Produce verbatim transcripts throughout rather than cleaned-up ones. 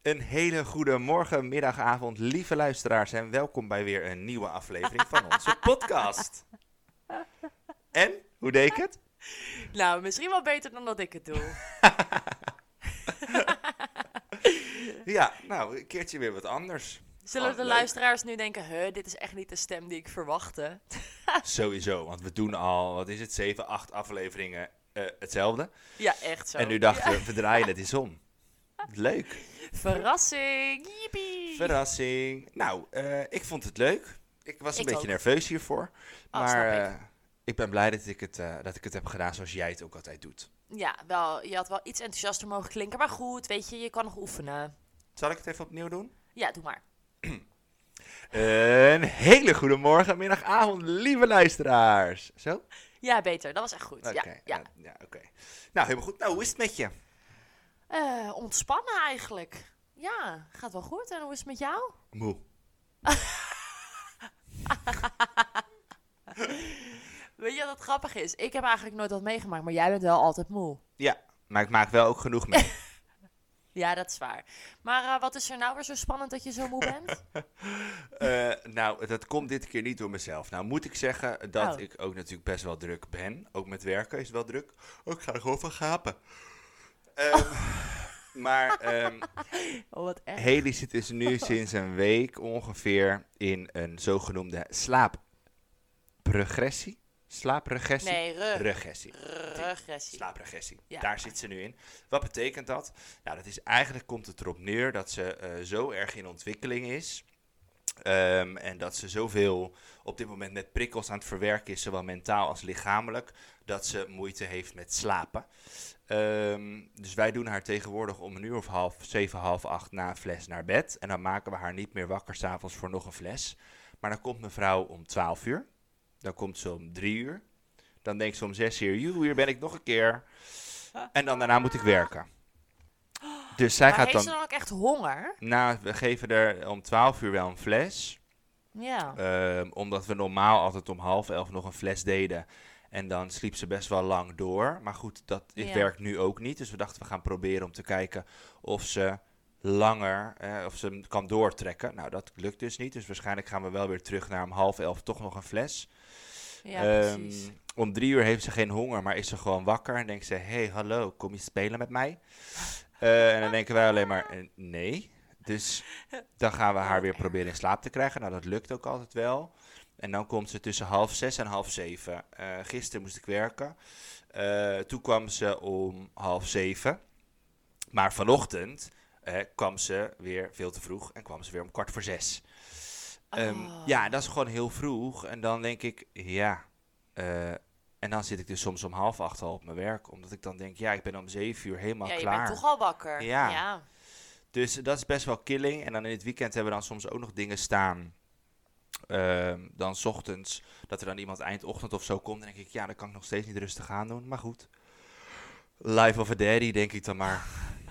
Een hele goede morgen, middag, avond, lieve luisteraars. En welkom bij weer een nieuwe aflevering van onze podcast. En, hoe deed ik het? Nou, misschien wel beter dan dat ik het doe. Ja, nou, een keertje weer wat anders. Zullen Oh, de leuk. luisteraars nu denken, huh, dit is echt niet de stem die ik verwachtte. Sowieso, want we doen al, wat is het, zeven, acht afleveringen uh, hetzelfde. Ja, echt zo. En nu dachten Ja. we, we draaien het eens om. Leuk. Verrassing, jippie. Verrassing. Nou, uh, ik vond het leuk. Ik was een Ik beetje ook. nerveus hiervoor. Oh, maar snap uh, ik ben blij dat ik, het, uh, dat ik het heb gedaan zoals jij het ook altijd doet. Ja, wel, je had wel iets enthousiaster mogen klinken, maar goed, weet je, je kan nog oefenen. Zal ik het even opnieuw doen? Ja, doe maar. Een hele goede morgen, middag, avond, lieve luisteraars. Zo? Ja, beter, dat was echt goed. Oké, Ja, ja. uh, ja, oké. Okay. Nou, helemaal goed. Nou, hoe is het met je? Uh, ontspannen eigenlijk. Ja, gaat wel goed. En hoe is het met jou? Moe. Weet je wat het grappig is? Ik heb eigenlijk nooit wat meegemaakt, maar jij bent wel altijd moe. Ja, maar ik maak wel ook genoeg mee. Ja, dat is waar. Maar uh, wat is er nou weer zo spannend dat je zo moe bent? uh, nou, dat komt dit keer niet door mezelf. Nou, moet ik zeggen dat oh. ik ook natuurlijk best wel druk ben. Ook met werken is het wel druk. Ook ga ik gewoon van gapen. Um, oh. Maar um, oh, wat erg. Haley zit dus nu sinds een week ongeveer in een zogenoemde slaapregressie. Slaapregressie? Nee, re- regressie. regressie. Slaapregressie. Ja. Daar zit ze nu in. Wat betekent dat? Nou, dat is eigenlijk komt het erop neer dat ze uh, zo erg in ontwikkeling is. Um, en dat ze zoveel op dit moment met prikkels aan het verwerken is, zowel mentaal als lichamelijk, dat ze moeite heeft met slapen. Um, dus wij doen haar tegenwoordig om een uur of half, zeven, half acht na een fles naar bed. En dan maken we haar niet meer wakker 's avonds voor nog een fles. Maar dan komt mevrouw om twaalf uur. Dan komt ze om drie uur. Dan denkt ze om zes uur, joe, hier ben ik nog een keer. En dan daarna moet ik werken. Dus zij maar gaat heeft dan, ze dan ook echt honger? Nou, we geven er om twaalf uur wel een fles. Ja. Um, omdat we normaal altijd om half elf nog een fles deden. En dan sliep ze best wel lang door. Maar goed, dat ja. werkt nu ook niet. Dus we dachten, we gaan proberen om te kijken of ze langer, eh, of ze kan doortrekken. Nou, dat lukt dus niet. Dus waarschijnlijk gaan we wel weer terug naar om half elf toch nog een fles. Ja, um, precies. Om drie uur heeft ze geen honger, maar is ze gewoon wakker. En denkt ze, hey, hallo, kom je spelen met mij? Uh, en dan denken wij alleen maar, uh, nee. Dus dan gaan we haar weer proberen in slaap te krijgen. Nou, dat lukt ook altijd wel. En dan komt ze tussen half zes en half zeven. Uh, gisteren moest ik werken. Uh, toen kwam ze om half zeven. Maar vanochtend uh, kwam ze weer veel te vroeg. En kwam ze weer om kwart voor zes. Um, oh. Ja, dat is gewoon heel vroeg. En dan denk ik, ja. Uh, en dan zit ik dus soms om half acht al op mijn werk. Omdat ik dan denk, ja, ik ben om zeven uur helemaal ja, je klaar. Je bent toch al wakker. Ja. ja. Dus dat is best wel killing. En dan in het weekend hebben we dan soms ook nog dingen staan. Uh, dan 's ochtends, dat er dan iemand eindochtend of zo komt. Dan denk ik, ja, dan kan ik nog steeds niet rustig aan doen. Maar goed. Life of a daddy, denk ik dan maar.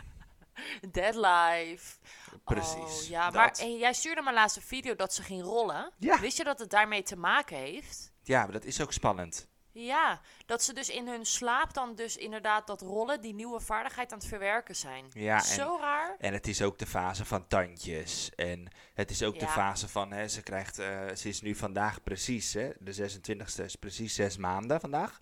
Dead life. Precies. Oh, ja, dat. maar en jij stuurde me laatst een video dat ze ging rollen. Ja. Wist je dat het daarmee te maken heeft? Ja, maar dat is ook spannend. Ja, dat ze dus in hun slaap dan dus inderdaad dat rollen, die nieuwe vaardigheid aan het verwerken zijn. Ja, Zo en, raar. En het is ook de fase van tandjes. En het is ook ja. de fase van, hè, ze krijgt, uh, ze is nu vandaag precies, hè, de zesentwintigste is precies zes maanden vandaag.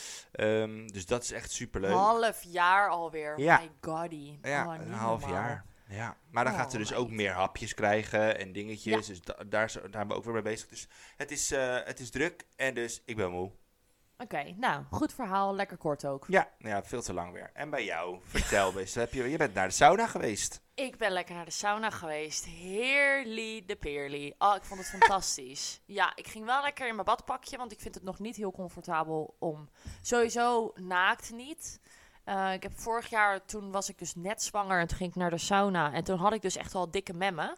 Um, dus dat is echt superleuk. Half jaar alweer. Ja. My goddy. Ja, oh, een half normaal. jaar. Ja, maar dan oh, gaat ze dus my ook meer hapjes krijgen en dingetjes. Ja. Dus da- daar, daar zijn we ook weer mee bezig. Dus het is, uh, het is druk en dus ik ben moe. Oké, okay, nou, goed verhaal. Lekker kort ook. Ja, ja, veel te lang weer. En bij jou, vertel eens. Heb je, je bent naar de sauna geweest. Ik ben lekker naar de sauna geweest. Heerly de peerly. Oh, ik vond het fantastisch. Ja, ik ging wel lekker in mijn badpakje, want ik vind het nog niet heel comfortabel om. Sowieso naakt niet. Uh, ik heb vorig jaar, toen was ik dus net zwanger en toen ging ik naar de sauna. En toen had ik dus echt wel dikke memmen.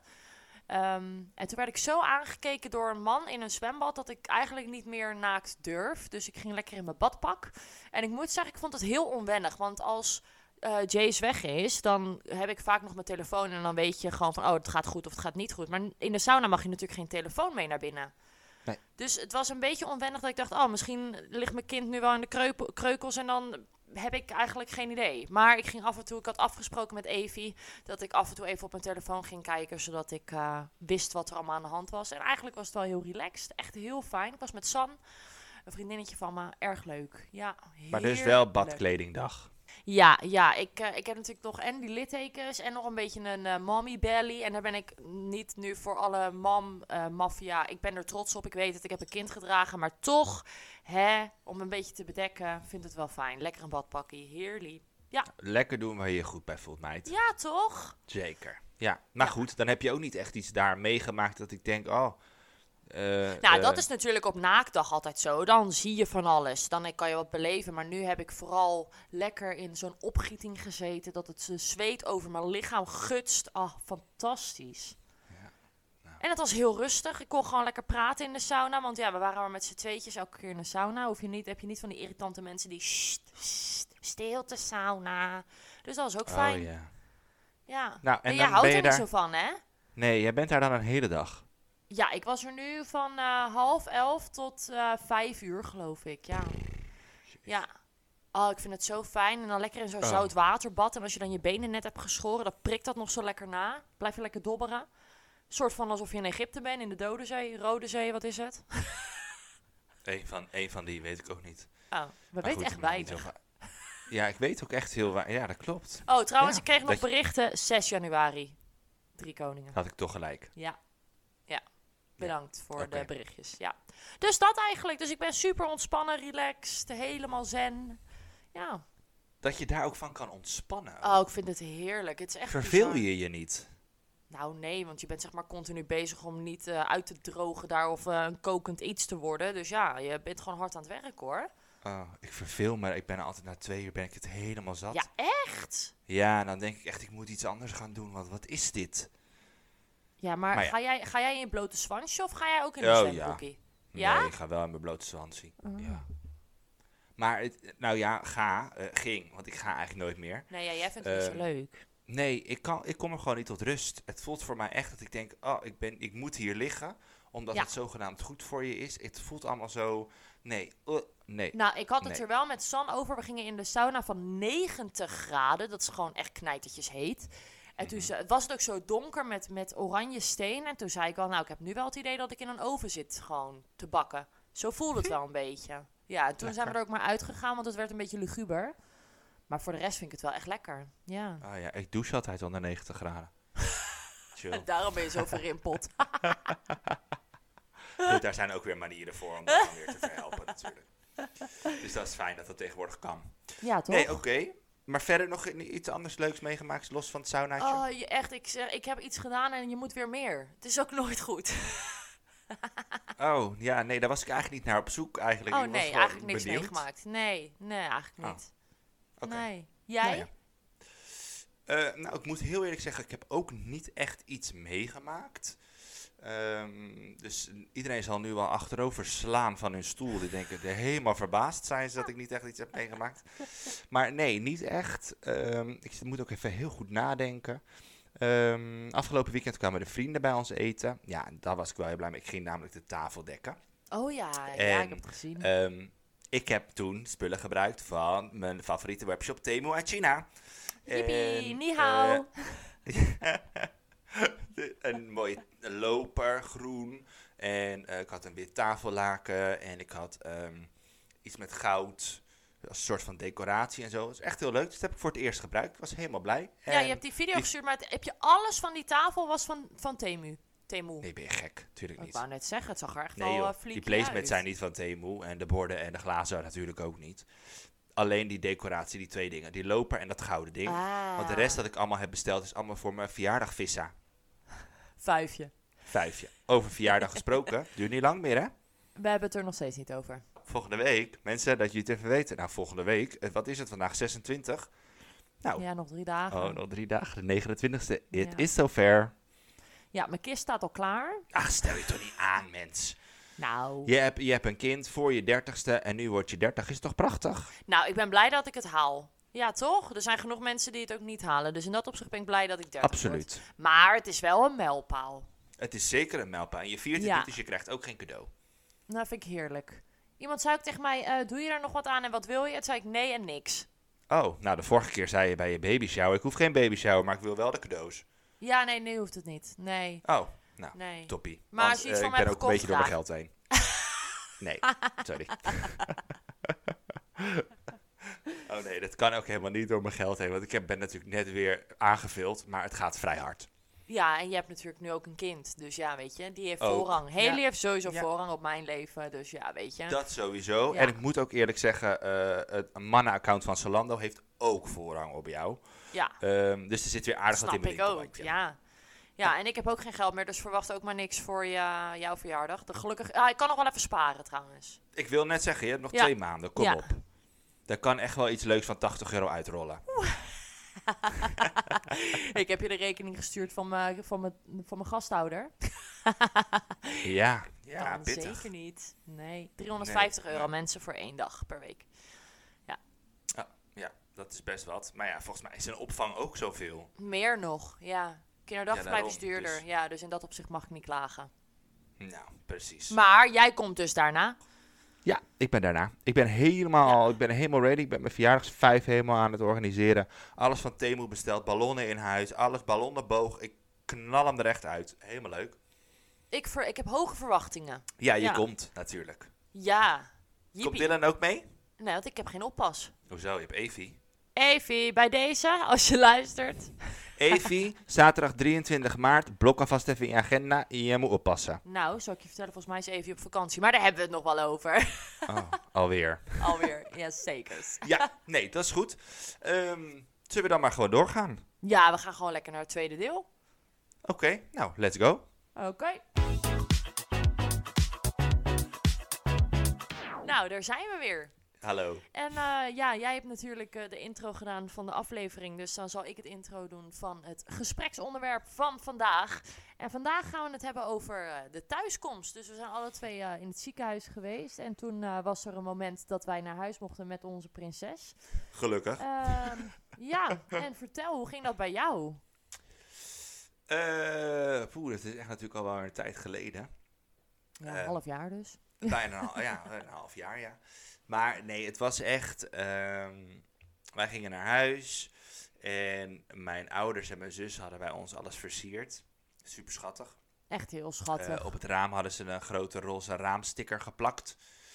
Um, en toen werd ik zo aangekeken door een man in een zwembad dat ik eigenlijk niet meer naakt durf. Dus ik ging lekker in mijn badpak. En ik moet zeggen, ik vond het heel onwennig. Want als uh, Jace weg is, dan heb ik vaak nog mijn telefoon. En dan weet je gewoon van, oh, het gaat goed of het gaat niet goed. Maar in de sauna mag je natuurlijk geen telefoon mee naar binnen. Nee. Dus het was een beetje onwennig dat ik dacht, oh, misschien ligt mijn kind nu wel in de kreup- kreukels en dan heb ik eigenlijk geen idee. Maar ik ging af en toe, ik had afgesproken met Evie dat ik af en toe even op mijn telefoon ging kijken, zodat ik uh, wist wat er allemaal aan de hand was. En eigenlijk was het wel heel relaxed, echt heel fijn. Ik was met San, een vriendinnetje van me, erg leuk. Ja, maar dus wel badkledingdag. Ja, ja ik, uh, ik heb natuurlijk nog en die littekens en nog een beetje een uh, mommy belly. En daar ben ik niet nu voor alle mam uh, maffia. Ik ben er trots op. Ik weet het, ik heb een kind gedragen. Maar toch, hè, om een beetje te bedekken, vind het wel fijn. Lekker een badpakkie, heerlijk. Ja. Lekker doen waar je je goed bij voelt, meid. Ja, toch? Zeker. Ja, maar ja. Goed, dan heb je ook niet echt iets daar meegemaakt dat ik denk, oh... Uh, nou, uh, dat is natuurlijk op naaktdag altijd zo. Dan zie je van alles. Dan kan je wat beleven. Maar nu heb ik vooral lekker in zo'n opgieting gezeten. Dat het zweet over mijn lichaam gutst. Ah, fantastisch. Ja, nou. En het was heel rustig. Ik kon gewoon lekker praten in de sauna. Want ja, we waren maar met z'n tweetjes elke keer in de sauna. Hoef je niet, heb je niet van die irritante mensen die... Sst, sst, stilte sauna. Dus dat was ook fijn. Oh, yeah. Ja. Nou, en en jij houdt ben je er daar... niet zo van, hè? Nee, jij bent daar dan een hele dag. Ja, ik was er nu van uh, half elf tot uh, vijf uur, geloof ik. Ja. Ja. Oh, ik vind het zo fijn. En dan lekker in zo'n oh. zout waterbad. En als je dan je benen net hebt geschoren, dan prikt dat nog zo lekker na. Blijf je lekker dobberen. Een soort van alsof je in Egypte bent, in de Dode Zee, Rode Zee, wat is het? Eén van, een van die weet ik ook niet. Oh, we weten echt weinig. Ja, ik weet ook echt heel weinig. Ja, dat klopt. Oh, trouwens, ja, ik kreeg nog dat berichten. zes januari. Drie Koningen. Had ik toch gelijk. Ja. Ja. Bedankt ja. voor okay. de berichtjes. Ja. Dus dat eigenlijk. Dus ik ben super ontspannen, relaxed, helemaal zen. Ja. Dat je daar ook van kan ontspannen. Oh, ik vind het heerlijk. Het is echt Verveel bizar. je je niet? Nou nee, want je bent zeg maar continu bezig om niet uh, uit te drogen daar of uh, een kokend iets te worden. Dus ja, je bent gewoon hard aan het werk hoor. Oh, ik verveel me. Ik ben altijd na twee uur ben ik het helemaal zat. Ja, echt? Ja, en dan denk ik echt, ik moet iets anders gaan doen. Want wat is dit? Ja, maar, maar ja. Ga, jij, ga jij in je blote zwansje of ga jij ook in een oh, zwembroekie? Ja. Ja? Nee, ik ga wel in mijn blote zwansje. Uh. Ja. Maar, het, nou ja, ga, uh, ging. Want ik ga eigenlijk nooit meer. Nee, ja, jij vindt het uh, niet zo leuk. Nee, ik, kan, ik kom er gewoon niet tot rust. Het voelt voor mij echt dat ik denk, oh, ik, ben, ik moet hier liggen. Omdat ja. het zogenaamd goed voor je is. Het voelt allemaal zo, nee, uh, nee. Nou, ik had het nee. er wel met San over. We gingen in de sauna van negentig graden. Dat is gewoon echt knijtertjes heet. En toen mm-hmm. was het ook zo donker met, met oranje steen. En toen zei ik al, nou, ik heb nu wel het idee dat ik in een oven zit gewoon te bakken. Zo voelde het wel een beetje. Ja, en toen lekker. zijn we er ook maar uitgegaan, want het werd een beetje luguber. Maar voor de rest vind ik het wel echt lekker. Ja. Oh ja, ik douche altijd onder negentig graden. Chill. Daarom ben je zo verrimpeld. Goed, daar zijn ook weer manieren voor om dat dan weer te verhelpen natuurlijk. Dus dat is fijn dat dat tegenwoordig kan. Ja, toch? Nee, oké. Okay. Maar verder nog iets anders leuks meegemaakt, los van het saunaatje? Oh, je, echt, ik, zeg, ik heb iets gedaan en je moet weer meer. Het is ook nooit goed. Oh, ja, nee, daar was ik eigenlijk niet naar op zoek eigenlijk. Oh ik nee, was eigenlijk niks benieuwd. meegemaakt. Nee, nee, eigenlijk niet. Oh. Okay. Nee. Jij? Nou, ja. uh, nou, ik moet heel eerlijk zeggen, ik heb ook niet echt iets meegemaakt. Um, dus iedereen zal nu wel achterover slaan van hun stoel. Die denken, er helemaal verbaasd zijn ze dat ik niet echt iets heb meegemaakt. Maar nee, niet echt. Um, ik moet ook even heel goed nadenken. Um, afgelopen weekend kwamen de vrienden bij ons eten. Ja, daar was ik wel heel blij mee. Ik ging namelijk de tafel dekken. Oh ja, en, ja, ik heb het gezien. Um, ik heb toen spullen gebruikt van mijn favoriete webshop Temu uit China. Yippie, ni hao. Uh, een mooie loper, groen. En uh, ik had een wit tafellaken. En ik had um, iets met goud. Als een soort van decoratie en zo. Dat is echt heel leuk. Dus dat heb ik voor het eerst gebruikt. Ik was helemaal blij. En ja, je hebt die video die... gestuurd. Maar het, heb je alles van die tafel was van, van Temu? Temu. Nee, ben je gek. Tuurlijk niet. Ik wou net zeggen, het zag er echt nee, wel uh, flink die placements uit. zijn niet van Temu. En de borden en de glazen natuurlijk ook niet. Alleen die decoratie, die twee dingen. Die loper en dat gouden ding. Ah. Want de rest dat ik allemaal heb besteld is allemaal voor mijn verjaardag vissa. Vijfje. Vijfje. Over verjaardag gesproken. Duurt niet lang meer, hè? We hebben het er nog steeds niet over. Volgende week, mensen, dat jullie het even weten. Nou, volgende week, wat is het vandaag? zesentwintig? Nou. Ja, nog drie dagen. Oh, nog drie dagen. De negenentwintigste. It ja. is zover. Ja, mijn kist staat al klaar. Ach, stel je toch niet aan, mens. Nou. Je hebt, je hebt een kind voor je dertigste en nu word je dertig. Is toch prachtig? Nou, ik ben blij dat ik het haal. Ja, toch? Er zijn genoeg mensen die het ook niet halen. Dus in dat opzicht ben ik blij dat ik dertig Absoluut. word. Maar het is wel een mijlpaal. Het is zeker een mijlpaal. En je viert het ja. niet, dus je krijgt ook geen cadeau. Nou, vind ik heerlijk. Iemand zei ook tegen mij, uh, doe je er nog wat aan en wat wil je? Het zei ik nee en niks. Oh, nou de vorige keer zei je bij je baby shower, ik hoef geen baby shower, maar ik wil wel de cadeaus. Ja, nee, nu hoeft het niet. Nee. Oh, nou, nee. toppie. Maar Want, als je iets uh, van ik me ben hebt ook een beetje door gekocht, mijn geld heen. Nee, sorry. Oh nee, dat kan ook helemaal niet door mijn geld heen, want ik heb, ben natuurlijk net weer aangevuld, maar het gaat vrij hard. Ja, en je hebt natuurlijk nu ook een kind. Dus ja, weet je, die heeft Ook. voorrang. Haley Ja. heeft sowieso Ja. voorrang op mijn leven. Dus ja, weet je. Dat sowieso. Ja. En ik moet ook eerlijk zeggen, uh, het mannenaccount van Zalando heeft ook voorrang op jou. Ja, Um, dus er zit weer aardig wat in snap mijn ik ook. winkelmandje. Ja. Ja, en ik heb ook geen geld meer, dus verwacht ook maar niks voor je, jouw verjaardag. De gelukkig, ah, ik kan nog wel even sparen trouwens. Ik wil net zeggen, je hebt nog Ja. twee maanden, kom Ja. op. Daar kan echt wel iets leuks van tachtig euro uitrollen. Ik heb je de rekening gestuurd van mijn van mijn van mijn gasthouder. Ja, ja, Dan pittig. zeker niet. Nee, driehonderdvijftig Nee, euro nee. mensen voor één dag per week. Ja, dat is best wat. Maar ja, volgens mij is een opvang ook zoveel. Meer nog, ja. Kinderdagverblijf Ja, is daarom, duurder. dus- Ja, dus in dat opzicht mag ik niet klagen. Nou, precies. Maar jij komt dus daarna. Ja, ik ben daarna. Ik ben helemaal, ik ben helemaal ready. Ik ben mijn verjaardagsvijf helemaal aan het organiseren. Alles van Temu besteld, ballonnen in huis, alles, ballonnenboog. Ik knal hem er echt uit. Helemaal leuk. Ik, ver, ik heb hoge verwachtingen. Ja, je Ja. komt natuurlijk. Ja. Komt Jippie. Dylan ook mee? Nee, want ik heb geen oppas. Hoezo? Je hebt Evie. Evie, bij deze, als je luistert. Evie, zaterdag drieëntwintig maart. Blok alvast even in je agenda. Je moet oppassen. Nou, zal ik je vertellen, volgens mij is Evie op vakantie. Maar daar hebben we het nog wel over. Oh, alweer. Alweer, ja zeker. Ja, nee, dat is goed. Um, zullen we dan maar gewoon doorgaan? Ja, we gaan gewoon lekker naar het tweede deel. Oké, okay, nou, let's go. Oké. Nou, daar zijn we weer. Hallo. En uh, ja, jij hebt natuurlijk uh, de intro gedaan van de aflevering. Dus dan zal ik het intro doen van het gespreksonderwerp van vandaag. En vandaag gaan we het hebben over uh, de thuiskomst. Dus we zijn alle twee uh, in het ziekenhuis geweest. En toen uh, was er een moment dat wij naar huis mochten met onze prinses. Gelukkig. Uh, ja, en vertel, hoe ging dat bij jou? Uh, poeh, dat is echt natuurlijk al wel een tijd geleden. Ja, een Uh, half jaar dus. Bijna een, hal- ja, een half jaar, ja. Maar nee, het was echt... Um, wij gingen naar huis. En mijn ouders en mijn zus hadden bij ons alles versierd. Super schattig. Echt heel schattig. Uh, op het raam hadden ze een grote roze raamsticker geplakt.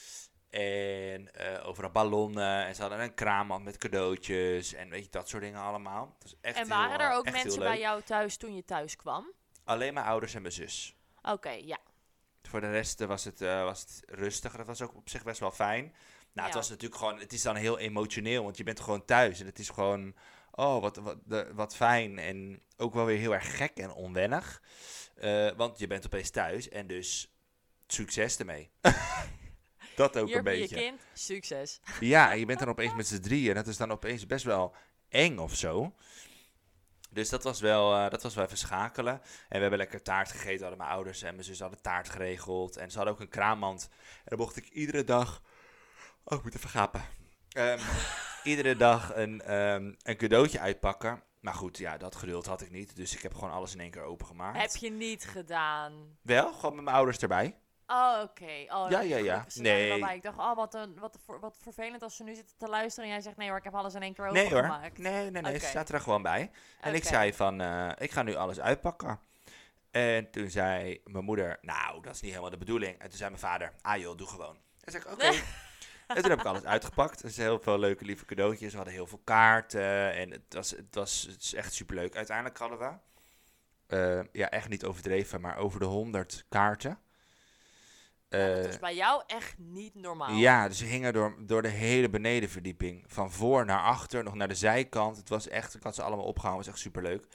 En uh, overal ballonnen. En ze hadden een kraammand met cadeautjes. En weet je, dat soort dingen allemaal. Het was echt en waren heel, er ook echt mensen heel bij jou thuis toen je thuis kwam? Alleen mijn ouders en mijn zus. Oké, okay, ja. Voor de rest uh, was, het, uh, was het rustig. Dat was ook op zich best wel fijn. Nou, ja. het was natuurlijk gewoon... Het is dan heel emotioneel. Want je bent gewoon thuis. En het is gewoon... Oh, wat, wat, de, wat fijn. En ook wel weer heel erg gek en onwennig. Uh, want je bent opeens thuis. En dus succes ermee. Dat ook Hier een beetje. Hier je kind, succes. Ja, en je bent dan opeens met z'n drieën. En dat is dan opeens best wel eng of zo. Dus dat was wel, uh, dat was wel even schakelen. En we hebben lekker taart gegeten. Hadden mijn ouders en mijn zus hadden taart geregeld. En ze hadden ook een kraammand. En dan mocht ik iedere dag... Oh, ik moet even gapen. Um, iedere dag een, um, een cadeautje uitpakken. Maar goed, ja, dat geduld had ik niet. Dus ik heb gewoon alles in één keer opengemaakt. Heb je niet gedaan? Wel, gewoon met mijn ouders erbij. Oh, oké. Okay. Oh, ja, ja, ja. Nee. Ik dacht, oh, wat, een, wat, wat vervelend als ze nu zitten te luisteren. En jij zegt, nee hoor, ik heb alles in één keer nee, opengemaakt. Nee hoor, nee, nee, nee. Okay. Ze zaten er gewoon bij. En okay. ik zei van, uh, ik ga nu alles uitpakken. En toen zei mijn moeder, nou, dat is niet helemaal de bedoeling. En toen zei mijn vader, ah joh, doe gewoon. En zei ik, oké. Okay. En toen heb ik alles uitgepakt. Er zijn heel veel leuke, lieve cadeautjes. We hadden heel veel kaarten. En het was, het was, het is echt superleuk. Uiteindelijk hadden we, uh, ja, echt niet overdreven, maar over de honderd kaarten. Ja, dat was bij jou echt niet normaal. Ja, dus ze hingen door, door de hele benedenverdieping. Van voor naar achter, nog naar de zijkant. Het was echt, ik had ze allemaal opgehangen. Het was echt superleuk.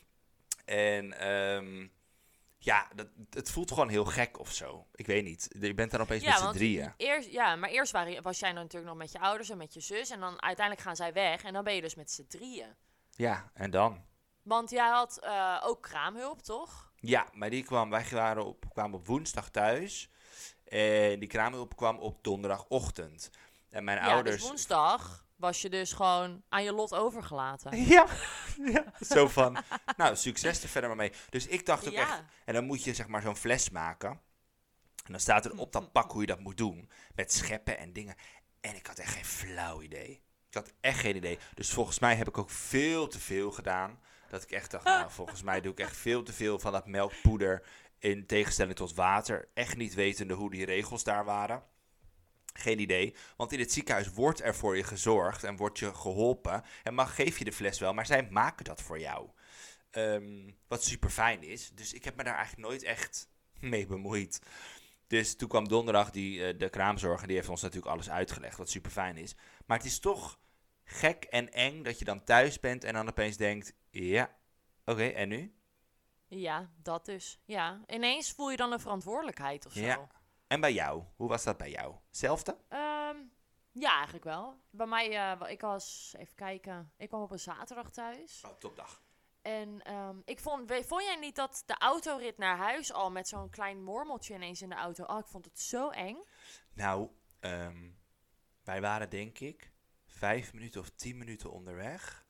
En um, ja, dat, het voelt gewoon heel gek of zo. Ik weet niet. Je bent dan opeens ja, met z'n drieën. Eerst, ja, maar eerst waren, was jij dan natuurlijk nog met je ouders en met je zus. En dan uiteindelijk gaan zij weg. En dan ben je dus met z'n drieën. Ja, en dan? Want jij had uh, ook kraamhulp, toch? Ja, maar die kwam, wij waren op, kwamen op woensdag thuis. En die kraamhulp kwam op donderdagochtend. En mijn ja, ouders... dus woensdag was je dus gewoon aan je lot overgelaten. Ja, ja. Zo van, nou, succes er verder maar mee. Dus ik dacht ook ja. echt... En dan moet je zeg maar zo'n fles maken. En dan staat er op dat pak hoe je dat moet doen. Met scheppen en dingen. En ik had echt geen flauw idee. Ik had echt geen idee. Dus volgens mij heb ik ook veel te veel gedaan. Dat ik echt dacht, nou, volgens mij doe ik echt veel te veel van dat melkpoeder in tegenstelling tot water. Echt niet wetende hoe die regels daar waren. Geen idee. Want in het ziekenhuis wordt er voor je gezorgd en wordt je geholpen. En mag geef je de fles wel, maar zij maken dat voor jou. Um, wat super fijn is. Dus ik heb me daar eigenlijk nooit echt mee bemoeid. Dus toen kwam donderdag die, uh, de kraamzorger. Die heeft ons natuurlijk alles uitgelegd, wat super fijn is. Maar het is toch gek en eng dat je dan thuis bent en dan opeens denkt... Ja, oké, okay, en nu? Ja, dat dus. Ja, ineens voel je dan een verantwoordelijkheid of zo. Ja. En bij jou? Hoe was dat bij jou? Zelfde? Um, ja, eigenlijk wel. Bij mij, uh, ik was, even kijken, ik kwam op een zaterdag thuis. Oh, topdag. En um, ik vond, vond jij niet dat de autorit naar huis al met zo'n klein mormeltje ineens in de auto, oh, ik vond het zo eng. Nou, um, wij waren denk ik vijf minuten of tien minuten onderweg.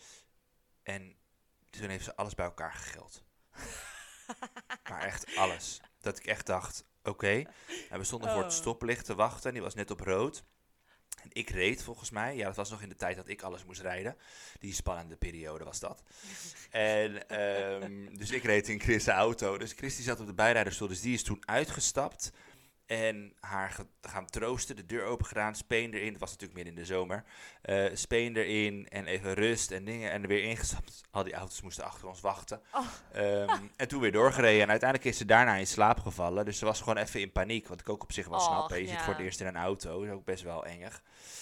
En toen heeft ze alles bij elkaar gegeld. Maar echt alles. Dat ik echt dacht, oké. Okay. En we stonden oh. voor het stoplicht te wachten. Die was net op rood. En ik reed volgens mij. Ja, dat was nog in de tijd dat ik alles moest rijden. Die spannende periode was dat. En um, dus ik reed in Chris' auto. Dus Chris die zat op de bijrijderstoel. Dus die is toen uitgestapt. En haar ge- gaan troosten, de deur open gedaan, speen erin. Het was natuurlijk midden in de zomer. Uh, speen erin en even rust en dingen. En er weer ingestapt. Al die auto's moesten achter ons wachten. Oh. Um, en toen weer doorgereden. En uiteindelijk is ze daarna in slaap gevallen. Dus ze was gewoon even in paniek. Wat ik ook op zich wel snap. Je ja. zit voor het eerst in een auto. Dat is ook best wel engig.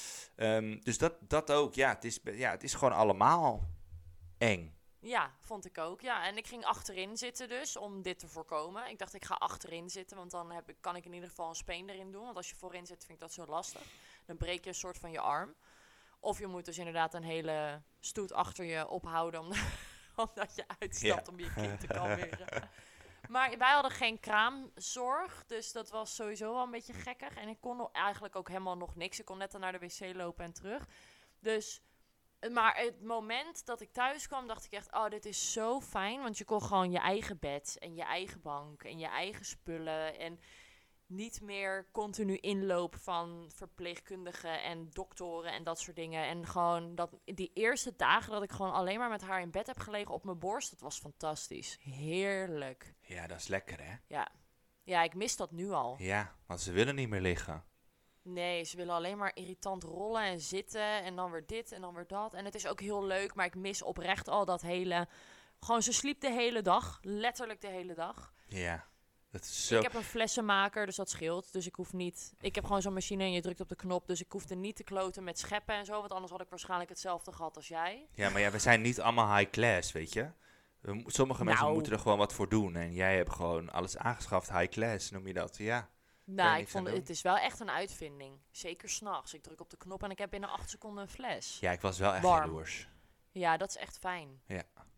Um, dus dat, dat ook. Ja het, is, ja, het is gewoon allemaal eng. Ja, vond ik ook. Ja, en ik ging achterin zitten dus, om dit te voorkomen. Ik dacht, ik ga achterin zitten, want dan heb ik, kan ik in ieder geval een speen erin doen. Want als je voorin zit, vind ik dat zo lastig. Dan breek je een soort van je arm. Of je moet dus inderdaad een hele stoet achter je ophouden, om, omdat je uitstapt ja. om je kind te kalmeren. Maar wij hadden geen kraamzorg, dus dat was sowieso wel een beetje gekkig. En ik kon eigenlijk ook helemaal nog niks. Ik kon net dan naar de wc lopen en terug. Dus... Maar het moment dat ik thuis kwam, dacht ik echt, oh, dit is zo fijn. Want je kon gewoon je eigen bed en je eigen bank en je eigen spullen. En niet meer continu inloop van verpleegkundigen en doktoren en dat soort dingen. En gewoon dat, die eerste dagen dat ik gewoon alleen maar met haar in bed heb gelegen op mijn borst, dat was fantastisch. Heerlijk. Ja, dat is lekker, hè? Ja. Ja, ik mis dat nu al. Ja, want ze willen niet meer liggen. Nee, ze willen alleen maar irritant rollen en zitten en dan weer dit en dan weer dat. En het is ook heel leuk, maar ik mis oprecht al dat hele... Gewoon, ze sliep de hele dag. Letterlijk de hele dag. Ja, dat is zo... Ik heb een flessenmaker, dus dat scheelt. Dus ik hoef niet... Ik heb gewoon zo'n machine en je drukt op de knop. Dus ik hoefde niet te kloten met scheppen en zo. Want anders had ik waarschijnlijk hetzelfde gehad als jij. Ja, maar ja, we zijn niet allemaal high class, weet je. We, sommige mensen nou. moeten er gewoon wat voor doen. En jij hebt gewoon alles aangeschaft. High class, noem je dat? Ja. Nou, ik vond het is wel echt een uitvinding. Zeker 's nachts. Ik druk op de knop en ik heb binnen acht seconden een fles. Ja, ik was wel echt Warm. jaloers. Ja, dat is echt fijn. Ja.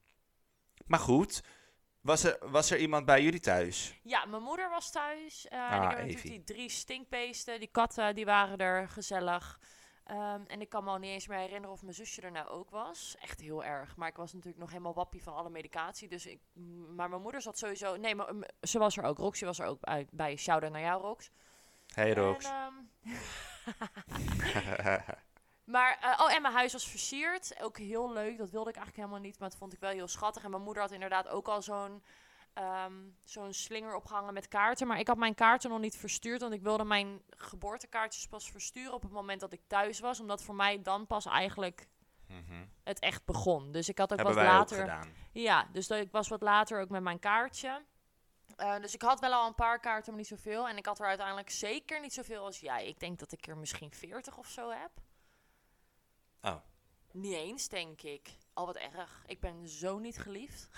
Maar goed, was er, was er iemand bij jullie thuis? Ja, mijn moeder was thuis. Uh, ah, en ik heb natuurlijk die drie stinkbeesten. Die katten, die waren er gezellig. Um, en ik kan me al niet eens meer herinneren of mijn zusje er nou ook was. Echt heel erg. Maar ik was natuurlijk nog helemaal wappie van alle medicatie. Dus ik, maar mijn moeder zat sowieso... Nee, maar, ze was er ook. Roxy was er ook bij. bij Shout-out naar jou, Rox. Hey, Rox. En, um... maar, uh, oh, en mijn huis was versierd. Ook heel leuk. Dat wilde ik eigenlijk helemaal niet. Maar dat vond ik wel heel schattig. En mijn moeder had inderdaad ook al zo'n... Um, zo'n slinger opgehangen met kaarten. Maar ik had mijn kaarten nog niet verstuurd. Want ik wilde mijn geboortekaartjes pas versturen op het moment dat ik thuis was. Omdat voor mij dan pas eigenlijk mm-hmm. het echt begon. Dus ik had ook Hebben wat wij later... ook gedaan. Ja, dus dat, ik was wat later ook met mijn kaartje. Uh, dus ik had wel al een paar kaarten, maar niet zoveel. En ik had er uiteindelijk zeker niet zoveel als jij. Ik denk dat ik er misschien veertig of zo heb. Oh. Niet eens, denk ik. Al wat erg. Ik ben zo niet geliefd.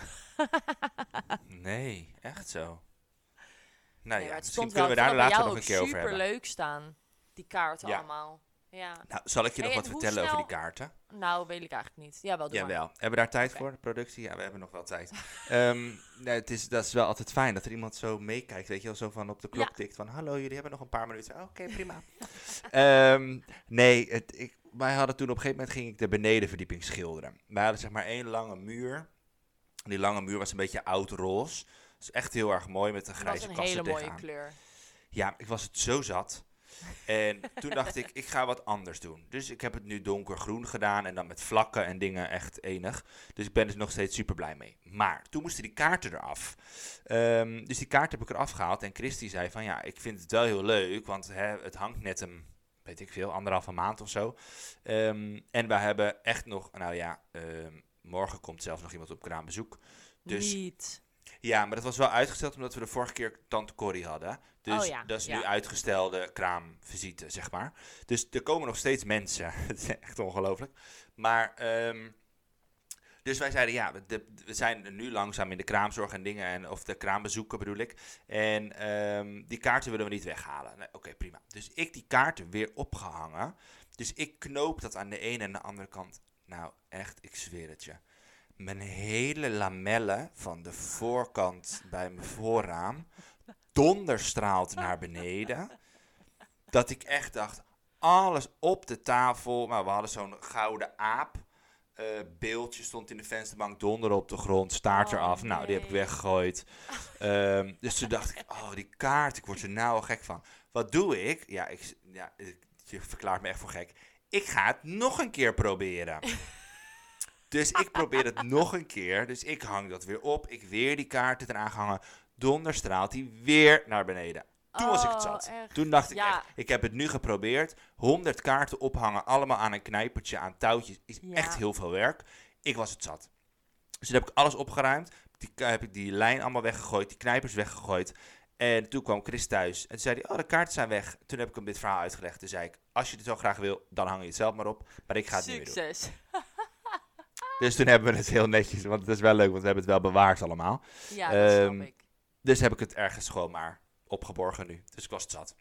Nee, echt zo. Nou nee, ja, het misschien kunnen we daar later nog een keer over hebben. Super leuk staan, die kaarten ja. allemaal. Ja. Nou, zal ik je nog hey, wat vertellen snel... over die kaarten? Nou, weet ik eigenlijk niet. Ja, wel, doe Jawel. maar. Hebben we daar tijd okay. voor, de productie? Ja, we hebben nog wel tijd. um, nee, het is, dat is wel altijd fijn dat er iemand zo meekijkt, weet je wel, zo van op de klok ja. tikt van, hallo, jullie hebben nog een paar minuten. Oh, oké, okay, prima. um, nee, het, ik, wij hadden toen op een gegeven moment, ging ik de benedenverdieping schilderen. Wij hadden zeg maar één lange muur. Die lange muur was een beetje oud-roze. Dat is echt heel erg mooi met een grijze kassen tegenaan. Dat was een hele mooie tegenaan. kleur. Ja, ik was het zo zat. En toen dacht ik, ik ga wat anders doen. Dus ik heb het nu donkergroen gedaan en dan met vlakken en dingen echt enig. Dus ik ben er nog steeds super blij mee. Maar toen moesten die kaarten eraf. Um, dus die kaart heb ik eraf gehaald en Christy zei van ja, ik vind het wel heel leuk, want hè, het hangt net een, weet ik veel, anderhalve maand of zo. Um, en we hebben echt nog, nou ja, um, morgen komt zelfs nog iemand op kraambezoek. Dus, Niet. Ja, maar dat was wel uitgesteld omdat we de vorige keer tante Corrie hadden. Dus Oh ja, dat is nu ja. uitgestelde kraamvisite, zeg maar. Dus er komen nog steeds mensen. Het is echt ongelooflijk. Maar, um, dus wij zeiden ja, de, we zijn nu langzaam in de kraamzorg en dingen, en, of de kraambezoeken bedoel ik. En um, die kaarten willen we niet weghalen. Nee, Oké, okay, prima. Dus ik die kaarten weer opgehangen. Dus ik knoop dat aan de ene en de andere kant. Nou, echt, ik zweer het je. Mijn hele lamellen van de voorkant bij mijn voorraam donderstraalt naar beneden. Dat ik echt dacht, alles op de tafel. Nou, we hadden zo'n gouden aap. Uh, beeldje stond in de vensterbank, donder op de grond, staart Oh, eraf. Nou, die heb ik nee. weggegooid. Um, dus toen dacht ik, oh, die kaart, ik word er nou al gek van. Wat doe ik? Ja, ik, ja, je verklaart me echt voor gek. Ik ga het nog een keer proberen. Dus ik probeer het nog een keer. Dus ik hang dat weer op. Ik weer die kaarten eraan gehangen. Donder straalt die weer naar beneden. Toen oh, was ik het zat. Echt? Toen dacht ik Ja. echt, ik heb het nu geprobeerd. honderd kaarten ophangen, allemaal aan een knijpertje, aan touwtjes. Is Ja. echt heel veel werk. Ik was het zat. Dus toen heb ik alles opgeruimd. Die, heb ik die lijn allemaal weggegooid. Die knijpers weggegooid. En toen kwam Chris thuis. En toen zei hij, oh, de kaarten zijn weg. Toen heb ik hem dit verhaal uitgelegd. Toen zei ik, als je het zo graag wil, dan hang je het zelf maar op. Maar ik ga het Succes. niet meer doen. Dus toen hebben we het heel netjes, want het is wel leuk, want we hebben het wel bewaard allemaal. Ja, dat snap Um, ik. Dus heb ik het ergens gewoon maar opgeborgen nu. Dus ik was het zat.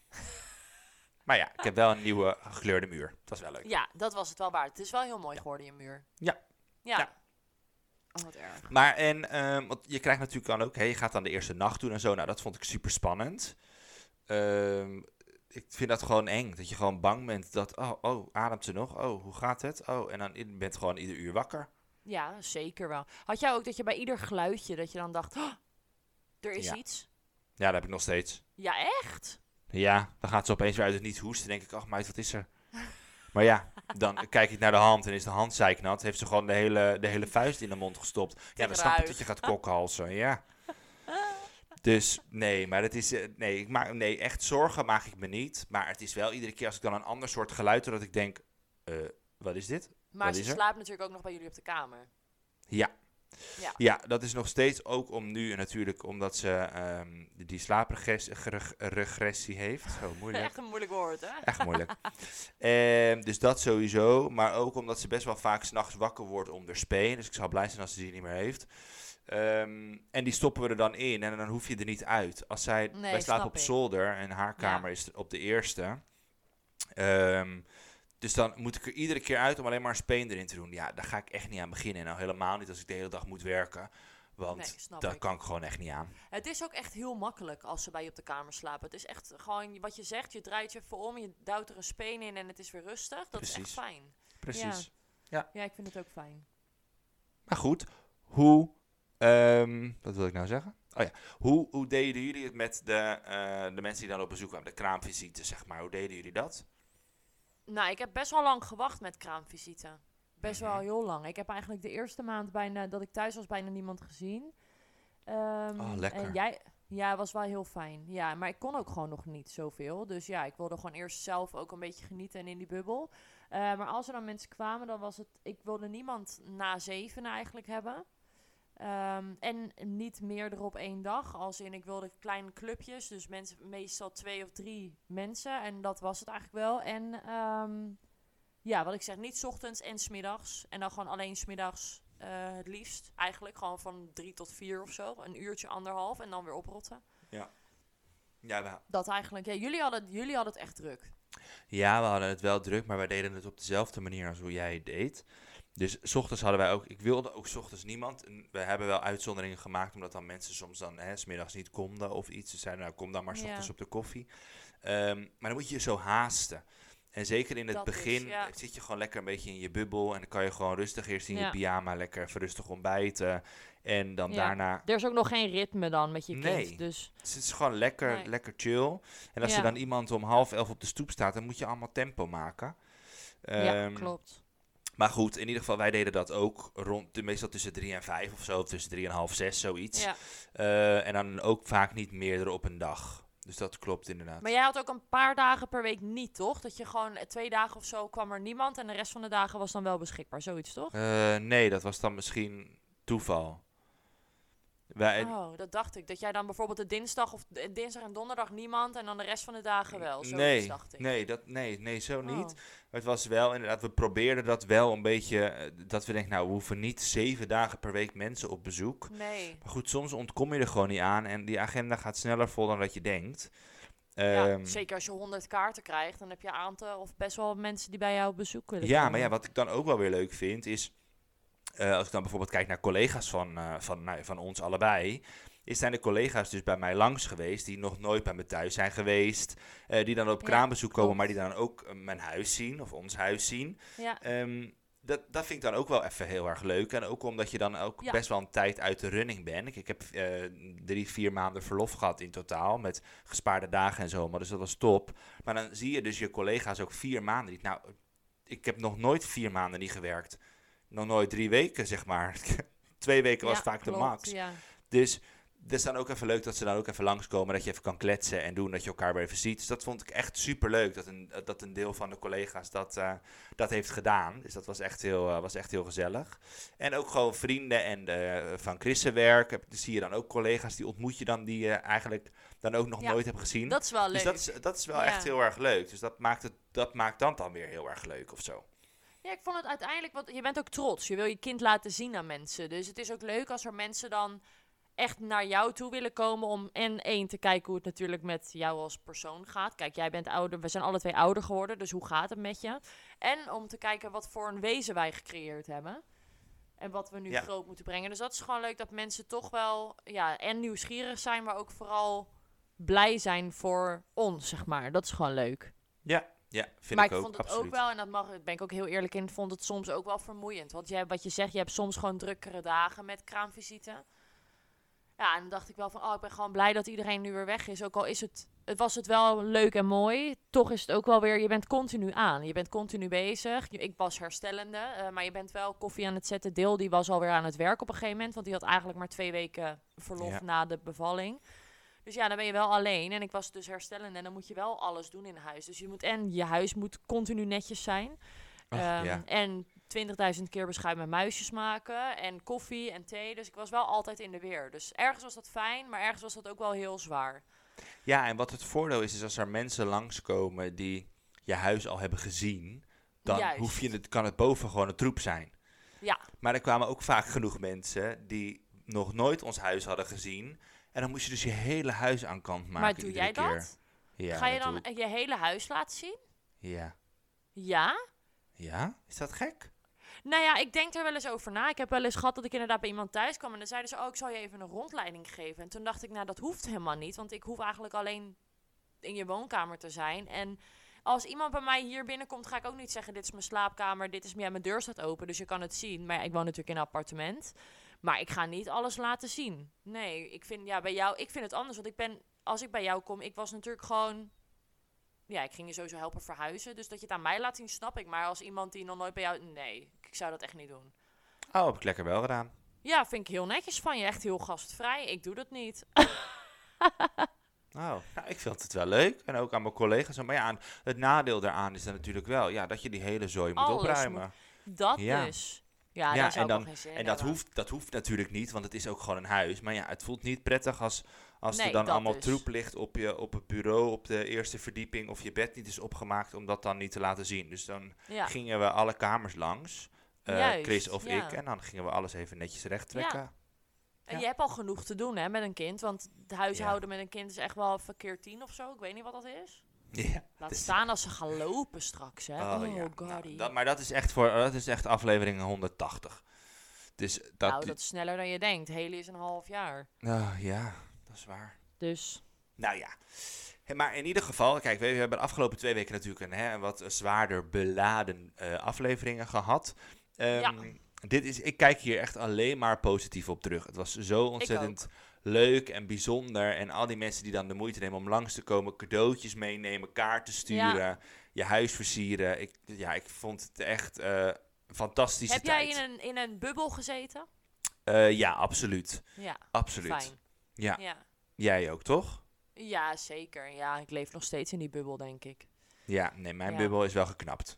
Maar ja, ik heb wel een nieuwe gekleurde muur. Dat was wel leuk. Ja, dat was het wel waard. Het is wel heel mooi geworden, je muur. Ja. Ja. Ja. Oh, wat erg. Maar en, um, want je krijgt natuurlijk dan ook, hè, je gaat dan de eerste nacht doen en zo. Nou, dat vond ik super spannend. Um, ik vind dat gewoon eng. Dat je gewoon bang bent dat, oh, oh, ademt ze nog? Oh, hoe gaat het? Oh, en dan je bent gewoon ieder uur wakker. Ja, zeker wel. Had jij ook dat je bij ieder geluidje, dat je dan dacht, oh, er is Ja. iets? Ja, dat heb ik nog steeds. Ja, echt? Ja, dan gaat ze opeens weer uit het niet hoesten. Dan denk ik, ach meid, wat is er? Maar ja, dan kijk ik naar de hand en is de hand zeiknat. Heeft ze gewoon de hele, de hele vuist in de mond gestopt. Ja, dan snap ik dat je gaat kokhalzen, ja. Dus nee, maar het is, uh, nee, ik maak, nee, echt zorgen maak ik me niet. Maar het is wel iedere keer als ik dan een ander soort geluid hoor, dat ik denk, uh, wat is dit? Maar Wat ze is er? slaapt natuurlijk ook nog bij jullie op de kamer. Ja. Ja. Ja, dat is nog steeds ook om nu natuurlijk, omdat ze um, die slaapregressie heeft. Zo moeilijk. Echt een moeilijk woord, hè? Echt moeilijk. um, dus dat sowieso. Maar ook omdat ze best wel vaak 's nachts wakker wordt om de speen. Dus ik zou blij zijn als ze die niet meer heeft. Um, en die stoppen we er dan in. En dan hoef je er niet uit. Als zij, Nee, wij slapen snap op ik. zolder. En haar kamer Ja. is op de eerste. Um, dus dan moet ik er iedere keer uit om alleen maar een speen erin te doen. Ja, daar ga ik echt niet aan beginnen. Nou, helemaal niet als ik de hele dag moet werken. Want Nee, snap daar ik. kan ik gewoon echt niet aan. Het is ook echt heel makkelijk als ze bij je op de kamer slapen. Het is echt gewoon wat je zegt. Je draait je even om, je duwt er een speen in en het is weer rustig. Dat is echt Precies. fijn. Precies. Ja, ik vind het ook fijn. Maar goed, hoe... Um, wat wil ik nou zeggen? Oh ja, hoe, hoe deden jullie het met de, uh, de mensen die dan op bezoek kwamen? De kraamvisite, zeg maar. Hoe deden jullie dat? Nou, ik heb best wel lang gewacht met kraamvisite. Best wel Mhm. heel lang. Ik heb eigenlijk de eerste maand bijna dat ik thuis was bijna niemand gezien. Um, Oh, lekker. En jij, ja, was wel heel fijn. Ja, maar ik kon ook gewoon nog niet zoveel. Dus ja, ik wilde gewoon eerst zelf ook een beetje genieten en in die bubbel. Uh, maar als er dan mensen kwamen, dan was het... Ik wilde niemand na zeven eigenlijk hebben. Um, en niet meerdere op één dag. Als in, ik wilde kleine clubjes. Dus mensen, meestal twee of drie mensen. En dat was het eigenlijk wel. En um, ja, wat ik zeg, niet 's ochtends en 's middags. En dan gewoon alleen 's middags uh, het liefst. Eigenlijk gewoon van drie tot vier of zo. Een uurtje, anderhalf. En dan weer oprotten. Ja. Ja, we, Dat eigenlijk. Ja, jullie hadden, jullie hadden het echt druk. ja, we hadden het wel druk, maar wij deden het op dezelfde manier als hoe jij het deed. Dus 's ochtends hadden wij ook, ik wilde ook 's ochtends niemand. En we hebben wel uitzonderingen gemaakt, omdat dan mensen soms dan, hè, 's middags niet konden of iets. Ze zeiden, nou kom dan maar 's Ja. ochtends op de koffie. Um, maar dan moet je je zo haasten. En zeker in het Dat begin is, ja. zit je gewoon lekker een beetje in je bubbel. En dan kan je gewoon rustig eerst in je Ja. pyjama lekker even rustig ontbijten. En dan Ja. daarna... Er is ook nog geen ritme dan met je Nee. kind. Dus Het is gewoon lekker, Nee. lekker chill. En als Ja. er dan iemand om half elf op de stoep staat, dan moet je allemaal tempo maken. ja, Ehm, klopt. Maar goed, in ieder geval, wij deden dat ook rond, meestal tussen drie en vijf of zo. Of tussen drie en half zes, zoiets. Ja. Eh, en dan ook vaak niet meerdere op een dag. Dus dat klopt inderdaad. Maar jij had ook een paar dagen per week niet, toch? Dat je gewoon eh, twee dagen of zo kwam er niemand en de rest van de dagen was dan wel beschikbaar. Zoiets, toch? Eh, nee, dat was dan misschien toeval. Wij, Oh, dat dacht ik. Dat jij dan bijvoorbeeld de dinsdag of de dinsdag en donderdag niemand en dan de rest van de dagen wel. Zoiets nee, dacht ik. nee, dat, nee, nee, zo Oh. niet. Maar het was wel inderdaad, we probeerden dat wel een beetje, eh, dat we denken, nou, we hoeven niet zeven dagen per week mensen op bezoek. Nee. Maar goed, soms ontkom je er gewoon niet aan en die agenda gaat sneller vol dan dat je denkt. Ja, Ehm, zeker als je honderd kaarten krijgt, dan heb je een aantal of best wel mensen die bij jou op bezoek willen Ja, komen. maar ja, wat ik dan ook wel weer leuk vind is, eh, als ik dan bijvoorbeeld kijk naar collega's van, eh, van, nou, van ons allebei, is zijn de collega's dus bij mij langs geweest die nog nooit bij me thuis zijn geweest, eh, die dan op Ja, kraambezoek komen, klopt. maar die dan ook eh, mijn huis zien of ons huis zien. Ja, Ehm, dat, dat vind ik dan ook wel even heel erg leuk. En ook omdat je dan ook Ja. best wel een tijd uit de running bent. Ik, ik heb eh, drie, vier maanden verlof gehad in totaal. Met gespaarde dagen en zo. Maar dus dat was top. Maar dan zie je dus je collega's ook vier maanden niet. Nou, ik heb nog nooit vier maanden niet gewerkt. Nog nooit drie weken, zeg maar. Twee weken was ja, vaak de klopt, max. Ja. Dus het is dan ook even leuk dat ze dan ook even langskomen. Dat je even kan kletsen en doen dat je elkaar weer even ziet. Dus dat vond ik echt super leuk. Dat een, dat een deel van de collega's dat, eh, dat heeft gedaan. Dus dat was echt heel, eh, was echt heel gezellig. En ook gewoon vrienden en eh, van Christenwerk. Heb- dus zie je dan ook collega's die ontmoet je dan. Die je eigenlijk dan ook nog Ja, nooit hebt gezien. Dat is wel leuk. dus dat is, dat is wel Ja. echt heel erg leuk. Dus dat maakt, het, dat maakt dan, dan weer heel erg leuk of zo. Ja, ik vond het uiteindelijk, want je bent ook trots. Je wil je kind laten zien aan mensen. Dus het is ook leuk als er mensen dan echt naar jou toe willen komen om en één te kijken hoe het natuurlijk met jou als persoon gaat. Kijk, jij bent ouder, we zijn alle twee ouder geworden, dus hoe gaat het met je? En om te kijken wat voor een wezen wij gecreëerd hebben. En wat we nu Ja. groot moeten brengen. Dus dat is gewoon leuk dat mensen toch wel, ja, en nieuwsgierig zijn, maar ook vooral blij zijn voor ons, zeg maar. Dat is gewoon leuk. Ja, ja vind maar ik ik, ook. vond het absoluut. ook wel, en dat mag, daar ben ik ook heel eerlijk in, vond het soms ook wel vermoeiend. Want jij, wat je zegt, je hebt soms gewoon drukkere dagen met kraamvisite. Ja, en dan dacht ik wel van, oh, ik ben gewoon blij dat iedereen nu weer weg is. Ook al is het, het was het wel leuk en mooi, toch is het ook wel weer, je bent continu aan. Je bent continu bezig. Je- Ik was herstellende, eh, maar je bent wel koffie aan het zetten. Deel, die was alweer aan het werk op een gegeven moment, want die had eigenlijk maar twee weken verlof Ja. na de bevalling. Dus ja, dan ben je wel alleen. En ik was dus herstellende en dan moet je wel alles doen in huis. Dus je moet, en je huis moet continu netjes zijn. Ach, Ehm, ja. En twintigduizend keer beschuit met muisjes maken. En koffie en thee. Dus ik was wel altijd in de weer. Dus ergens was dat fijn, maar ergens was dat ook wel heel zwaar. Ja, en wat het voordeel is, is als er mensen langskomen die je huis al hebben gezien, dan Juist. hoef je het, kan het boven gewoon een troep zijn. Ja, Maar er kwamen ook vaak genoeg mensen die nog nooit ons huis hadden gezien. En dan moest je dus je hele huis aan kant maken. maar doe iedere jij keer. dat? Ja, Ga je dat dan doe ik. je hele huis laten zien? Ja. Ja? Ja? Is dat gek? Nou ja, ik denk er wel eens over na. Ik heb wel eens gehad dat ik inderdaad bij iemand thuis kwam. En dan zeiden ze, oh, ik zal je even een rondleiding geven. En toen dacht ik, nou, dat hoeft helemaal niet. Want ik hoef eigenlijk alleen in je woonkamer te zijn. En als iemand bij mij hier binnenkomt, ga ik ook niet zeggen, dit is mijn slaapkamer, dit is, ja, mijn deur staat open, dus je kan het zien. Maar ja, ik woon natuurlijk in een appartement. Maar ik ga niet alles laten zien. Nee, ik vind, ja, bij jou, ik vind het anders. Want ik ben, als ik bij jou kom, ik was natuurlijk gewoon, ja, ik ging je sowieso helpen verhuizen. Dus dat je het aan mij laat zien, snap ik. Maar als iemand die nog nooit bij jou, nee, ik zou dat echt niet doen. Oh, heb ik lekker wel gedaan. Ja, vind ik heel netjes van je. Echt heel gastvrij. Ik doe dat niet. Oh, nou, ik vind het wel leuk. En ook aan mijn collega's. Maar ja, het nadeel daaraan is dan natuurlijk wel ja, dat je die hele zooi moet Alles opruimen. Dat Ja. dus. Ja, Ja, daar zou en ik dan- wel geen zin in En dat hebben. hoeft, dat hoeft natuurlijk niet, want het is ook gewoon een huis. Maar ja, het voelt niet prettig als, als Nee, er dan dat allemaal dus. troep ligt op, je, op het bureau, op de eerste verdieping, of je bed niet is opgemaakt om dat dan niet te laten zien. Dus dan Ja. gingen we alle kamers langs, eh, Juist, Chris of ja. ik, en dan gingen we alles even netjes recht trekken. En Ja. je hebt al genoeg te doen hè, met een kind. Want het huishouden met een kind is echt wel verkeer tien of zo. Ik weet niet wat dat is. Ja, Laat dus- staan als ze gaan lopen straks. Hè. Oh, Oh, ja. goddy. Nou, dat, maar dat is echt voor dat is echt aflevering honderdtachtig. Dus dat, nou, dat is sneller dan je denkt. Haley is een half jaar. Oh, ja, dat is waar. Dus Nou ja. Hey, maar in ieder geval, kijk, we, we hebben de afgelopen twee weken natuurlijk een hè, wat zwaarder beladen uh, afleveringen gehad. Um, Ja. Dit is, ik kijk hier echt alleen maar positief op terug. Het was zo ontzettend leuk en bijzonder. En al die mensen die dan de moeite nemen om langs te komen, cadeautjes meenemen, kaarten sturen, Ja. je huis versieren. Ik, ja, ik vond het echt uh, een fantastische Heb tijd. jij in een, in een bubbel gezeten? Uh, ja, absoluut. Ja, Absoluut. fijn. Ja. Ja. Jij ook, toch? Ja, zeker. Ja, ik leef nog steeds in die bubbel, denk ik. Ja, nee, mijn Ja. bubbel is wel geknapt.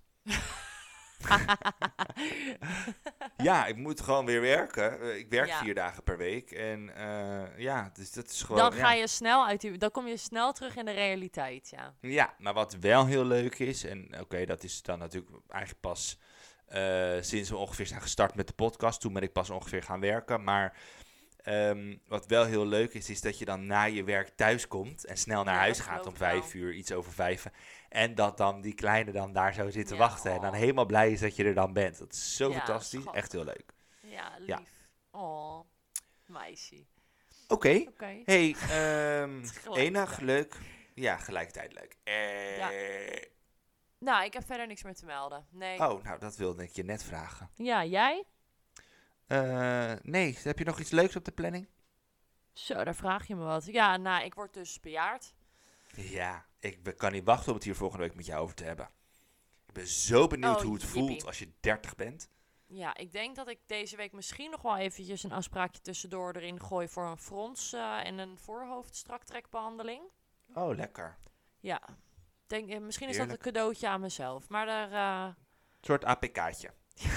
Ja, ik moet gewoon weer werken. Uh, ik werk Ja. vier dagen per week. En uh, ja, dus dat is gewoon... Dan ga ja. je snel uit die... Dan kom je snel terug in de realiteit, ja. Ja, maar wat wel heel leuk is... En oké, okay, dat is dan natuurlijk eigenlijk pas... Uh, sinds we ongeveer zijn gestart met de podcast. Toen ben ik pas ongeveer gaan werken. Maar um, wat wel heel leuk is... is dat je dan na je werk thuis komt... en snel naar Ja, huis dat gaat geloof om ik wel. vijf uur, iets over vijf. En dat dan die kleine dan daar zo zit te Ja, wachten. En dan oh. helemaal blij is dat je er dan bent. Dat is zo Ja, fantastisch. schattig. Echt heel leuk. Ja, lief. Ja. Oh, meisje. Oké. Okay. Oké. Okay. Hey, um, enig, ja. leuk. Ja, gelijkertijd leuk. Eh... Ja. Nou, ik heb verder niks meer te melden. Nee. Oh, nou, dat wilde ik je net vragen. Ja, jij? Uh, nee, heb je nog iets leuks op de planning? Zo, daar vraag je me wat. Ja, nou, ik word dus bejaard. Ja, ik kan niet wachten om het hier volgende week met jou over te hebben. Ik ben zo benieuwd oh, hoe het jippie. voelt als je dertig bent. Ja, ik denk dat ik deze week misschien nog wel eventjes een afspraakje tussendoor erin gooi voor een frons uh, en een voorhoofdstraktrekbehandeling. Oh, lekker. Ja, denk, uh, misschien is Heerlijk. dat een cadeautje aan mezelf. Maar daar... Uh... Een soort A P K'tje.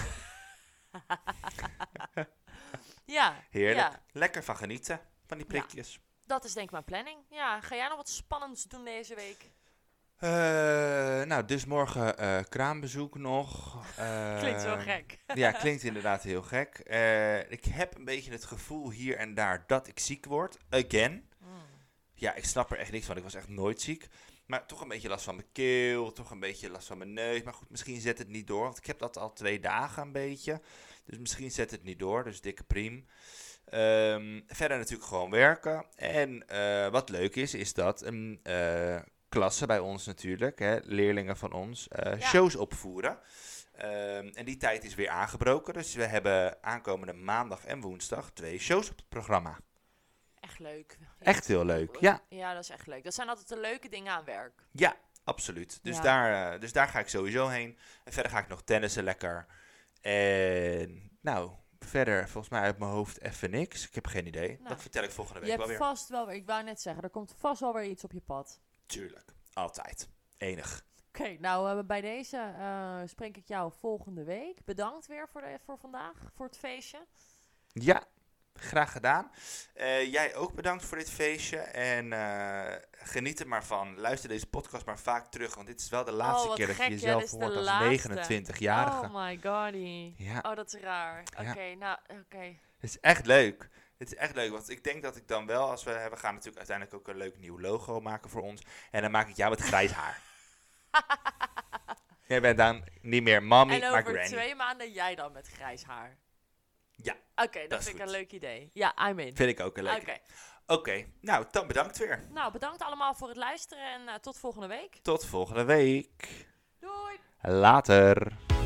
ja. Heerlijk. Ja. Lekker van genieten, van die prikjes. Ja, dat is denk ik mijn planning. Ja, ga jij nog wat spannends doen deze week? Uh, nou, dus morgen uh, kraambezoek nog. Uh, klinkt zo gek. Ja, klinkt inderdaad heel gek. Uh, ik heb een beetje het gevoel hier en daar dat ik ziek word. Again. Mm. Ja, ik snap er echt niks van. Ik was echt nooit ziek. Maar toch een beetje last van mijn keel. Toch een beetje last van mijn neus. Maar goed, misschien zet het niet door. Want ik heb dat al twee dagen een beetje. Dus misschien zet het niet door. Dus dikke priem. Um, verder natuurlijk gewoon werken. En uh, wat leuk is, is dat een... Uh, klassen bij ons natuurlijk, hè, leerlingen van ons, uh, ja. shows opvoeren. Um, en die tijd is weer aangebroken, dus we hebben aankomende maandag en woensdag twee shows op het programma. Echt leuk. Ja. Echt heel leuk, ja. Ja, dat is echt leuk. Dat zijn altijd de leuke dingen aan werk. Ja, absoluut. Dus, ja. daar, uh, dus daar ga ik sowieso heen. En verder ga ik nog tennissen lekker. En nou... Verder, volgens mij uit mijn hoofd even niks. Ik heb geen idee. Nou, dat vertel ik volgende week je wel weer. Je hebt vast wel weer, ik wou net zeggen, er komt vast wel weer iets op je pad. Tuurlijk, altijd. Enig. Oké, okay, nou uh, bij deze uh, spreek ik jou volgende week. Bedankt weer voor, de, voor vandaag, voor het feestje. Ja, graag gedaan. Uh, jij ook bedankt voor dit feestje. En uh, geniet er maar van. Luister deze podcast maar vaak terug. Want dit is wel de laatste oh, keer dat gek, je jezelf ja, hoort als laatste. negenentwintig-jarige. Oh my godie. Ja. Oh, dat is raar. Oké, okay, ja. nou, oké. Okay. Het is echt leuk. Het is echt leuk, want ik denk dat ik dan wel, als we, we gaan natuurlijk uiteindelijk ook een leuk nieuw logo maken voor ons. En dan maak ik jou met grijs haar. Jij bent dan niet meer mommy, maar granny. En over twee maanden jij dan met grijs haar. Ja. Oké, okay, dat, dat vind ik goed. een leuk idee. Ja, I'm in. Vind ik ook een leuk Oké. idee. Oké, okay. Nou, dan bedankt weer. Nou, bedankt allemaal voor het luisteren en uh, tot volgende week. Tot volgende week. Doei. Later.